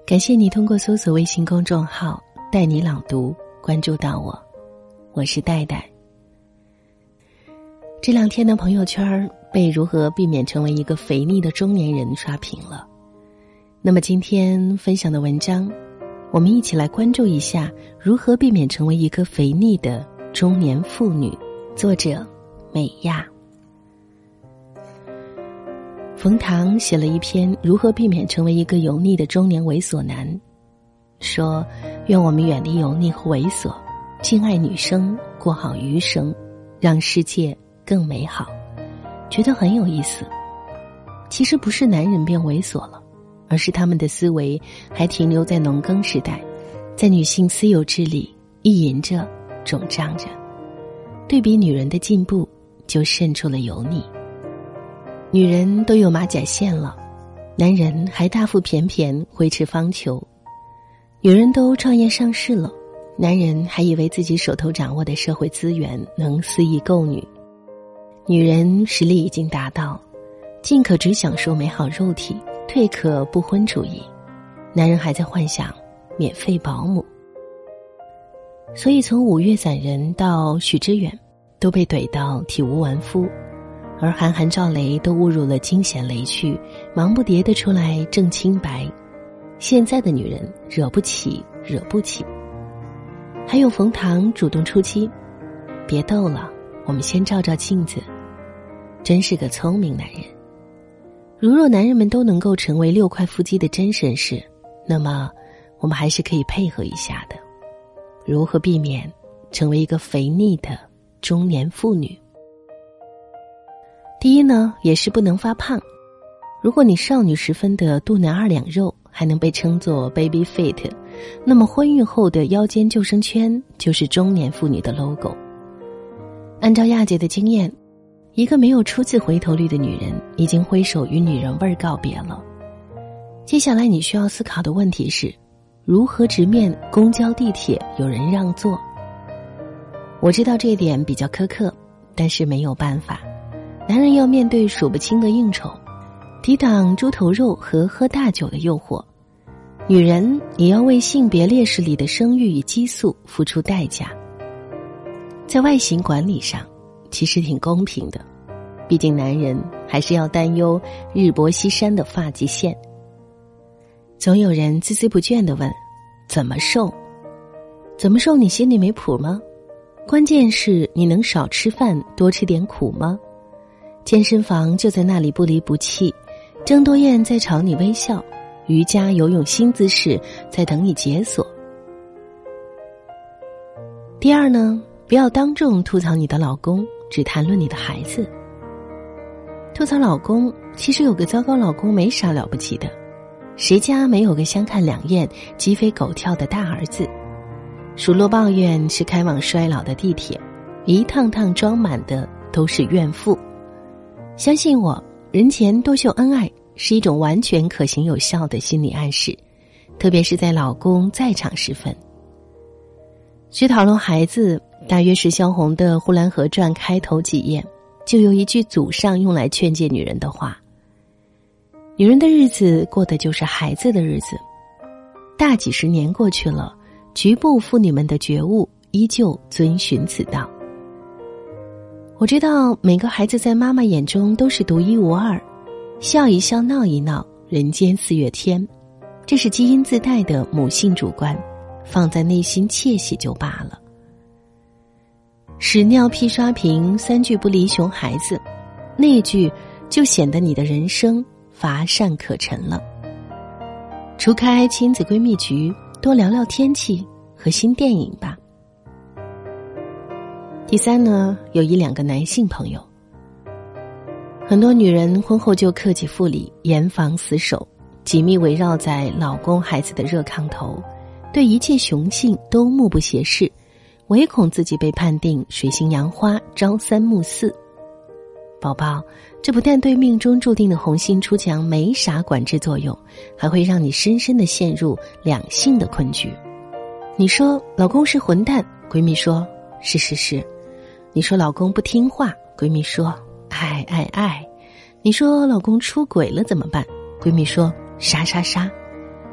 感谢你通过搜索微信公众号带你朗读关注到我，我是戴戴。这两天的朋友圈被如何避免成为一个肥腻的中年人刷屏了。那么今天分享的文章，我们一起来关注一下如何避免成为一个肥腻的中年妇女。作者美亚。冯唐写了一篇如何避免成为一个油腻的中年猥琐男，说愿我们远离油腻和猥琐，敬爱女生，过好余生，让世界更美好。觉得很有意思。其实不是男人变猥琐了，而是他们的思维还停留在农耕时代，在女性私有制里意淫着肿胀着，对比女人的进步就渗出了油腻。女人都有马甲线了，男人还大腹便便挥斥方遒。女人都创业上市了，男人还以为自己手头掌握的社会资源能肆意购女。女人实力已经达到进可只享受美好肉体，退可不婚主义，男人还在幻想免费保姆。所以从五月散人到许知远都被怼到体无完肤，而韩寒赵雷都误入了惊险雷区，忙不迭地出来证清白。现在的女人惹不起。还有冯唐主动出击，别逗了，我们先照照镜子。真是个聪明男人。如若男人们都能够成为6块腹肌的真绅士，那么我们还是可以配合一下的。如何避免成为一个肥腻的中年妇女？第一呢，也是不能发胖。如果你少女时分的肚腩2两肉还能被称作 baby fit， 那么婚育后的腰间救生圈就是中年妇女的 logo。 按照亚姐的经验，一个没有初次回头率的女人已经挥手与女人味告别了。接下来你需要思考的问题是，如何直面公交地铁有人让座？我知道这一点比较苛刻，但是没有办法。男人要面对数不清的应酬，抵挡猪头肉和喝大酒的诱惑，女人也要为性别劣势里的生育与激素付出代价。在外形管理上其实挺公平的，毕竟男人还是要担忧日薄西山的发际线。总有人孜孜不倦地问，怎么瘦？怎么瘦你心里没谱吗？关键是你能少吃饭多吃点苦吗？健身房就在那里不离不弃，郑多燕在朝你微笑，瑜伽游泳新姿势在等你解锁。第二呢，不要当众吐槽你的老公，只谈论你的孩子。吐槽老公，其实有个糟糕老公没啥了不起的，谁家没有个相看两厌鸡飞狗跳的大儿子？数落抱怨是开往衰老的地铁，一趟趟装满的都是怨妇。相信我，人前多秀恩爱是一种完全可行有效的心理暗示，特别是在老公在场时分。去讨论孩子，大约是萧红的《呼兰河传》开头几页就有一句祖上用来劝诫女人的话：女人的日子过的就是孩子的日子。大几十年过去了，局部妇女们的觉悟依旧遵循此道。我知道每个孩子在妈妈眼中都是独一无二，笑一笑闹一闹，人间四月天，这是基因自带的母性主观，放在内心窃喜就罢了。屎尿屁刷屏3句不离熊孩子，那句就显得你的人生乏善可陈了。除开亲子闺蜜局，多聊聊天气和新电影吧。第三呢，有1、2个男性朋友。很多女人婚后就克己复礼，严防死守，紧密围绕在老公孩子的热炕头，对一切雄性都目不斜视，唯恐自己被判定水性杨花，朝三暮四。宝宝，这不但对命中注定的红杏出墙没啥管制作用，还会让你深深地陷入两性的困局。你说老公是混蛋，闺蜜说是。你说老公不听话，闺蜜说爱。你说老公出轨了怎么办？闺蜜说杀。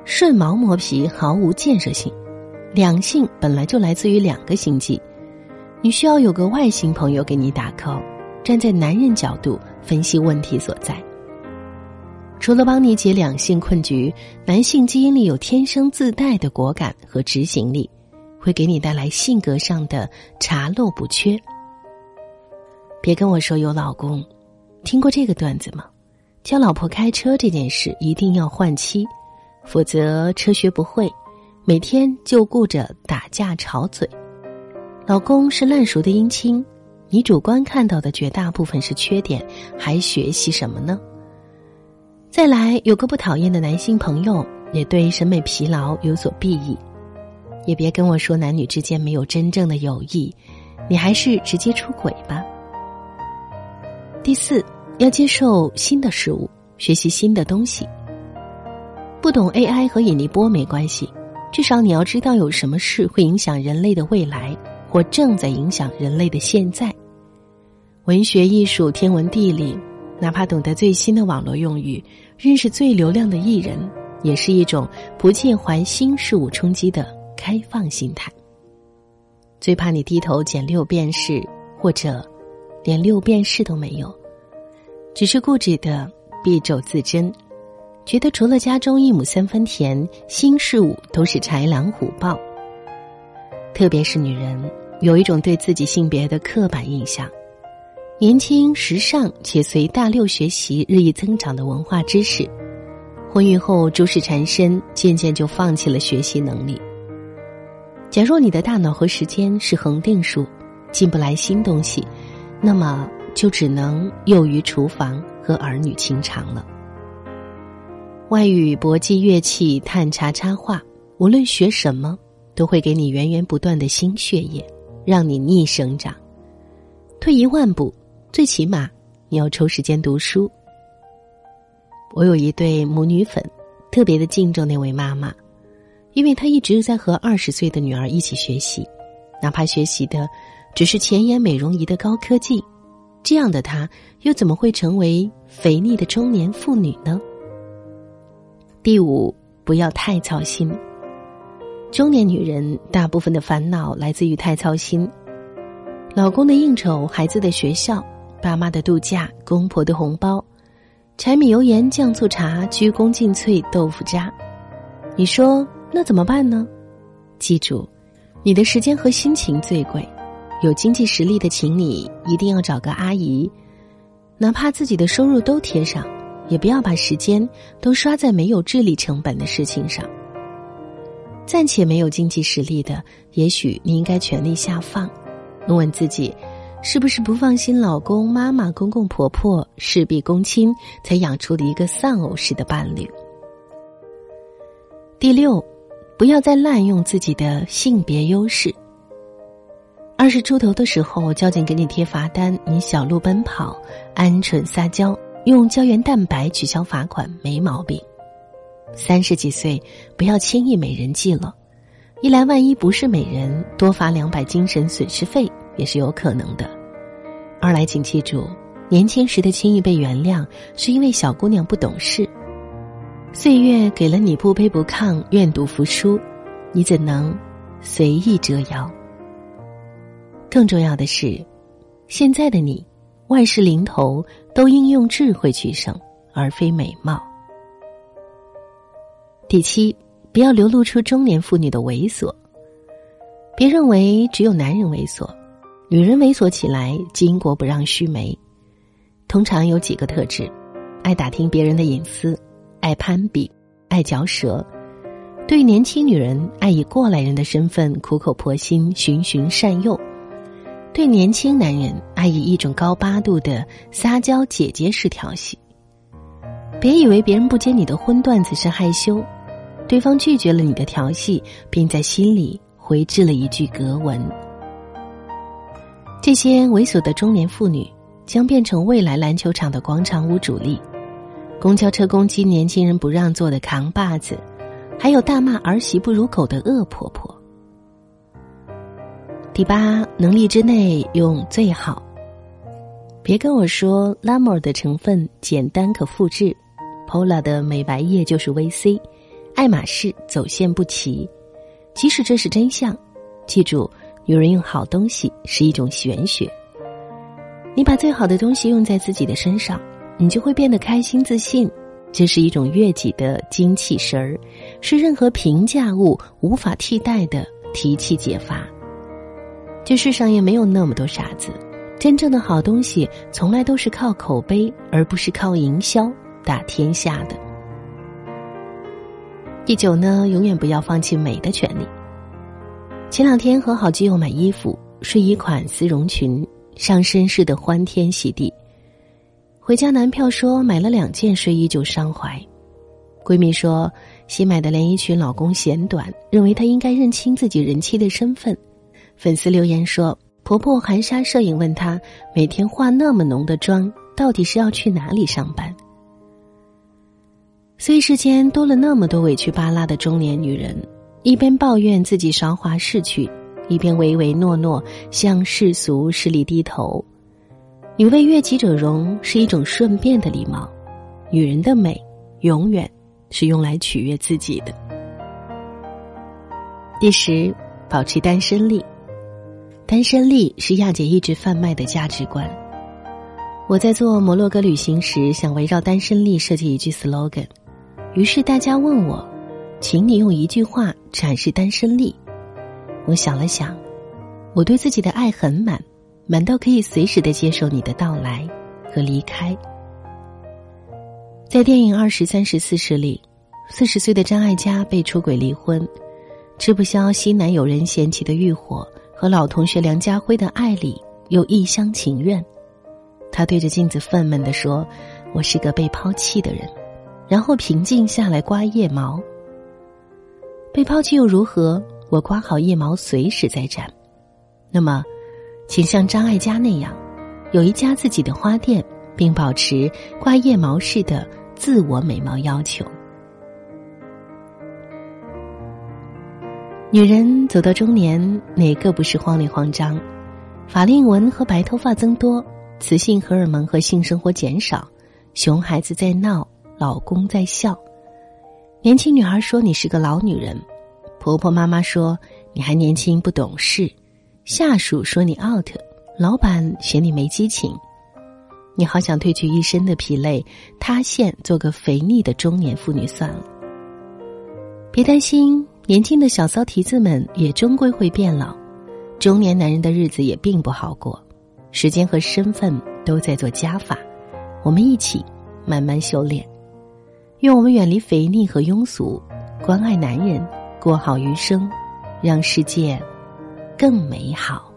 顺毛磨皮，毫无建设性。两性本来就来自于两个星际，你需要有个外星朋友给你打 call， 站在男人角度分析问题所在。除了帮你解两性困局，男性基因里有天生自带的果敢和执行力，会给你带来性格上的查漏补缺。别跟我说有老公，听过这个段子吗？教老婆开车这件事一定要换妻，否则车学不会，每天就顾着打架吵嘴。老公是烂熟的姻亲，你主观看到的绝大部分是缺点，还学习什么呢？再来，有个不讨厌的男性朋友，也对审美疲劳有所裨益。也别跟我说男女之间没有真正的友谊，你还是直接出轨吧。第四，要接受新的事物，学习新的东西。不懂 AI 和引力波没关系，至少你要知道有什么事会影响人类的未来，或正在影响人类的现在。文学、艺术、天文、地理，哪怕懂得最新的网络用语，认识最流量的艺人，也是一种不介怀新事物冲击的开放心态。最怕你低头捡六便士，或者连六便士都没有，只是固执的敝帚自珍，觉得除了家中一亩三分田，新事物都是豺狼虎豹。特别是女人，有一种对自己性别的刻板印象，年轻时尚且随大流学习日益增长的文化知识，婚育后诸事缠身，渐渐就放弃了学习能力。假若你的大脑和时间是恒定数，进不来新东西，那么就只能囿于厨房和儿女情长了。外语、搏击、乐器、探查、插画，无论学什么，都会给你源源不断的新血液，让你逆生长。退一万步，最起码你要抽时间读书。我有一对母女粉，特别的敬重那位妈妈，因为她一直在和20岁的女儿一起学习，哪怕学习的只是前沿美容仪的高科技，这样的她又怎么会成为肥腻的中年妇女呢？第五，不要太操心。中年女人大部分的烦恼来自于太操心，老公的应酬，孩子的学校，爸妈的度假，公婆的红包，柴米油盐酱醋茶，鞠躬尽瘁，豆腐渣。你说那怎么办呢？记住，你的时间和心情最贵，有经济实力的请你一定要找个阿姨，哪怕自己的收入都贴上，也不要把时间都刷在没有智力成本的事情上。暂且没有经济实力的，也许你应该全力下放，问问自己，是不是不放心老公、妈妈、公公婆婆、事必躬亲，才养出了一个丧偶式的伴侣。第六，不要再滥用自己的性别优势。20出头的时候，交警给你贴罚单，你小路奔跑，鹌鹑撒娇，用胶原蛋白取消罚款没毛病。30几岁不要轻易美人计了，一来万一不是美人，多罚200精神损失费也是有可能的。二来请记住，年轻时的轻易被原谅，是因为小姑娘不懂事。岁月给了你不卑不亢、愿赌服输，你怎能随意折腰？更重要的是，现在的你，万事临头都应用智慧取胜，而非美貌。第七，不要流露出中年妇女的猥琐。别认为只有男人猥琐，女人猥琐起来，巾帼不让须眉。通常有几个特质：爱打听别人的隐私，爱攀比，爱嚼舌。对于年轻女人，爱以过来人的身份苦口婆心，循循善诱；对年轻男人，爱以一种高八度的撒娇姐姐式调戏。别以为别人不接你的荤段子是害羞，对方拒绝了你的调戏，并在心里回置了一句格文。这些猥琐的中年妇女将变成未来篮球场的广场舞主力，公交车攻击年轻人不让座的扛把子，还有大骂儿媳不如狗的恶婆婆。第八，能力之内用最好。别跟我说 Lamor 的成分简单可复制， Pola 的美白液就是 VC， 爱马仕走线不齐，即使这是真相，记住，女人用好东西是一种玄学。你把最好的东西用在自己的身上，你就会变得开心自信，这是一种悦己的精气神儿，是任何平价物无法替代的提气解乏。这世上也没有那么多傻子，真正的好东西从来都是靠口碑，而不是靠营销打天下的。第9呢，永远不要放弃美的权利。前2天和好基友买衣服，睡衣款丝绒裙，上绅士的欢天喜地。回家男票说买了2件睡衣就伤怀。闺蜜说新买的连衣裙老公嫌短，认为她应该认清自己人妻的身份。粉丝留言说婆婆含沙射影问她每天化那么浓的妆到底是要去哪里上班。虽世间多了那么多委屈巴拉的中年女人，一边抱怨自己韶华逝去，一边唯唯诺诺向世俗势力低头。女为悦己者容是一种顺便的礼貌，女人的美永远是用来取悦自己的。第10，保持单身力。单身力是亚姐一直贩卖的价值观。我在做摩洛哥旅行时，想围绕单身力设计一句 slogan， 于是大家问我，请你用一句话阐释单身力。我想了想，我对自己的爱很满，满到可以随时的接受你的到来和离开。在电影《20、30、40》里，40岁的张艾嘉被出轨离婚，吃不消新男友人嫌弃的欲火，和老同学梁家辉的爱里又一厢情愿。他对着镜子愤懑地说，我是个被抛弃的人，然后平静下来刮腋毛。被抛弃又如何，我刮好腋毛随时在展。那么请像张艾嘉那样有一家自己的花店，并保持刮腋毛式的自我美貌要求。女人走到中年，哪个不是慌里慌张？法令纹和白头发增多，雌性荷尔蒙和性生活减少，熊孩子在闹，老公在笑。年轻女孩说你是个老女人，婆婆妈妈说你还年轻不懂事，下属说你 out， 老板嫌你没激情。你好想褪去一身的疲累，塌陷做个肥腻的中年妇女算了。别担心，年轻的小骚蹄子们也终归会变老，中年男人的日子也并不好过，时间和身份都在做加法，我们一起慢慢修炼。愿我们远离肥腻和庸俗，关爱男人，过好余生，让世界更美好。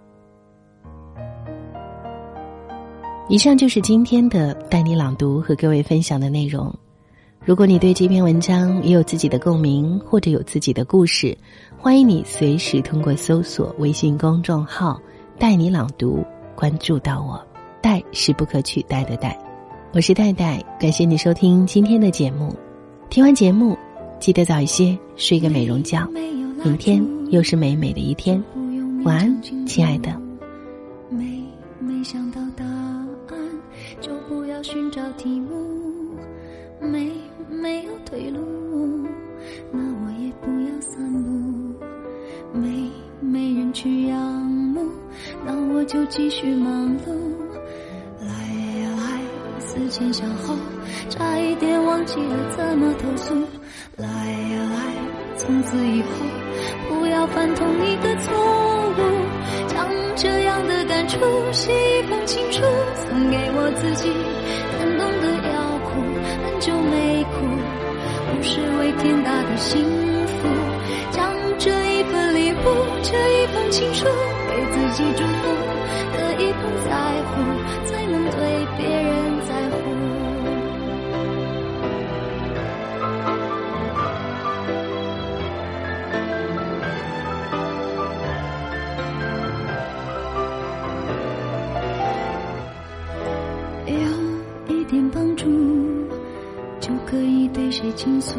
以上就是今天的带你朗读和各位分享的内容。如果你对这篇文章也有自己的共鸣，或者有自己的故事，欢迎你随时通过搜索微信公众号带你朗读关注到我。带是不可取代的带。我是戴戴，感谢你收听今天的节目。听完节目记得早一些睡个美容觉，明天又是美美的一天。晚安，亲爱的。 没想到答案，就不要寻找题目。没有退路，那我也不要散步。没人去仰慕，那我就继续忙碌。来呀来，思前想后，差一点忘记了怎么投诉。来呀来，从此以后不要犯同一个错误。将这样的感触写一封情书，送给我自己，感动的要哭，很久没哭，不是为天大的幸福。将这一份礼物，这一封情书，给自己祝福，的一份在乎，才能对别人在乎。有一点帮助，就可以对谁倾诉。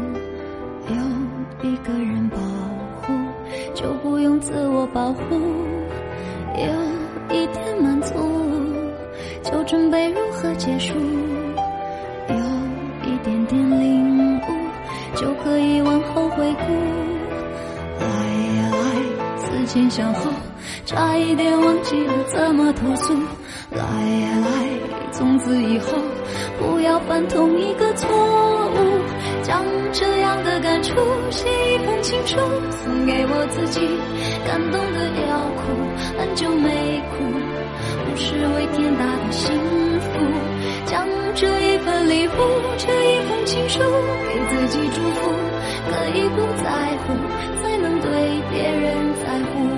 有一个人保护，就不用自我保护。有一点满足，就准备如何结束。有一点点领悟， 就可以往后回顾。来呀来，思前想后，差一点忘记了怎么投诉。来呀来，从此以后不要犯同一个错误。将这样的感触写一封情书，送给我自己，感动的要哭，很久没哭，不是为天大的幸福。将这一份礼物，这一封情书，给自己祝福，可以不在乎，才能对别人在乎。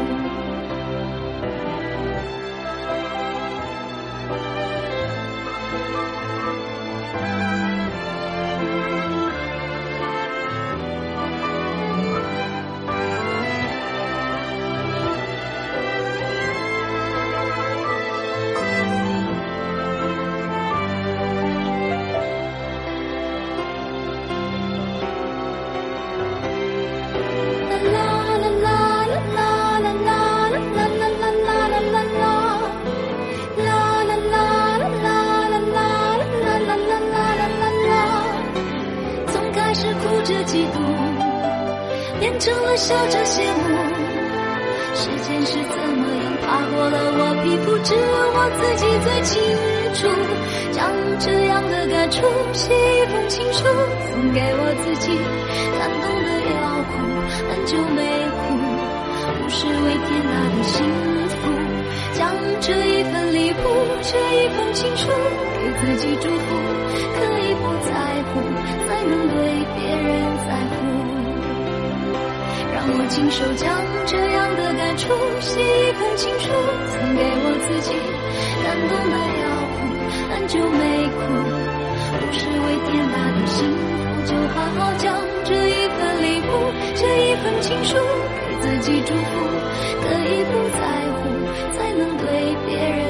变成了笑着羡慕，时间是怎么样爬过了我皮肤，只有我自己最清楚。将这样的感触写一封情书，送给我自己，感动的要哭，很久没哭，不是为天大的幸福。将这一份礼物，这一封情书，给自己祝福，可以不在乎，才能对别人在乎。让我亲手将这样的感触写一封情书，送给我自己，感动的要哭，很久没哭，不是为天大的幸福，就好好将这一份礼物，这一份情书，给自己祝福，可以不在乎，才能对别人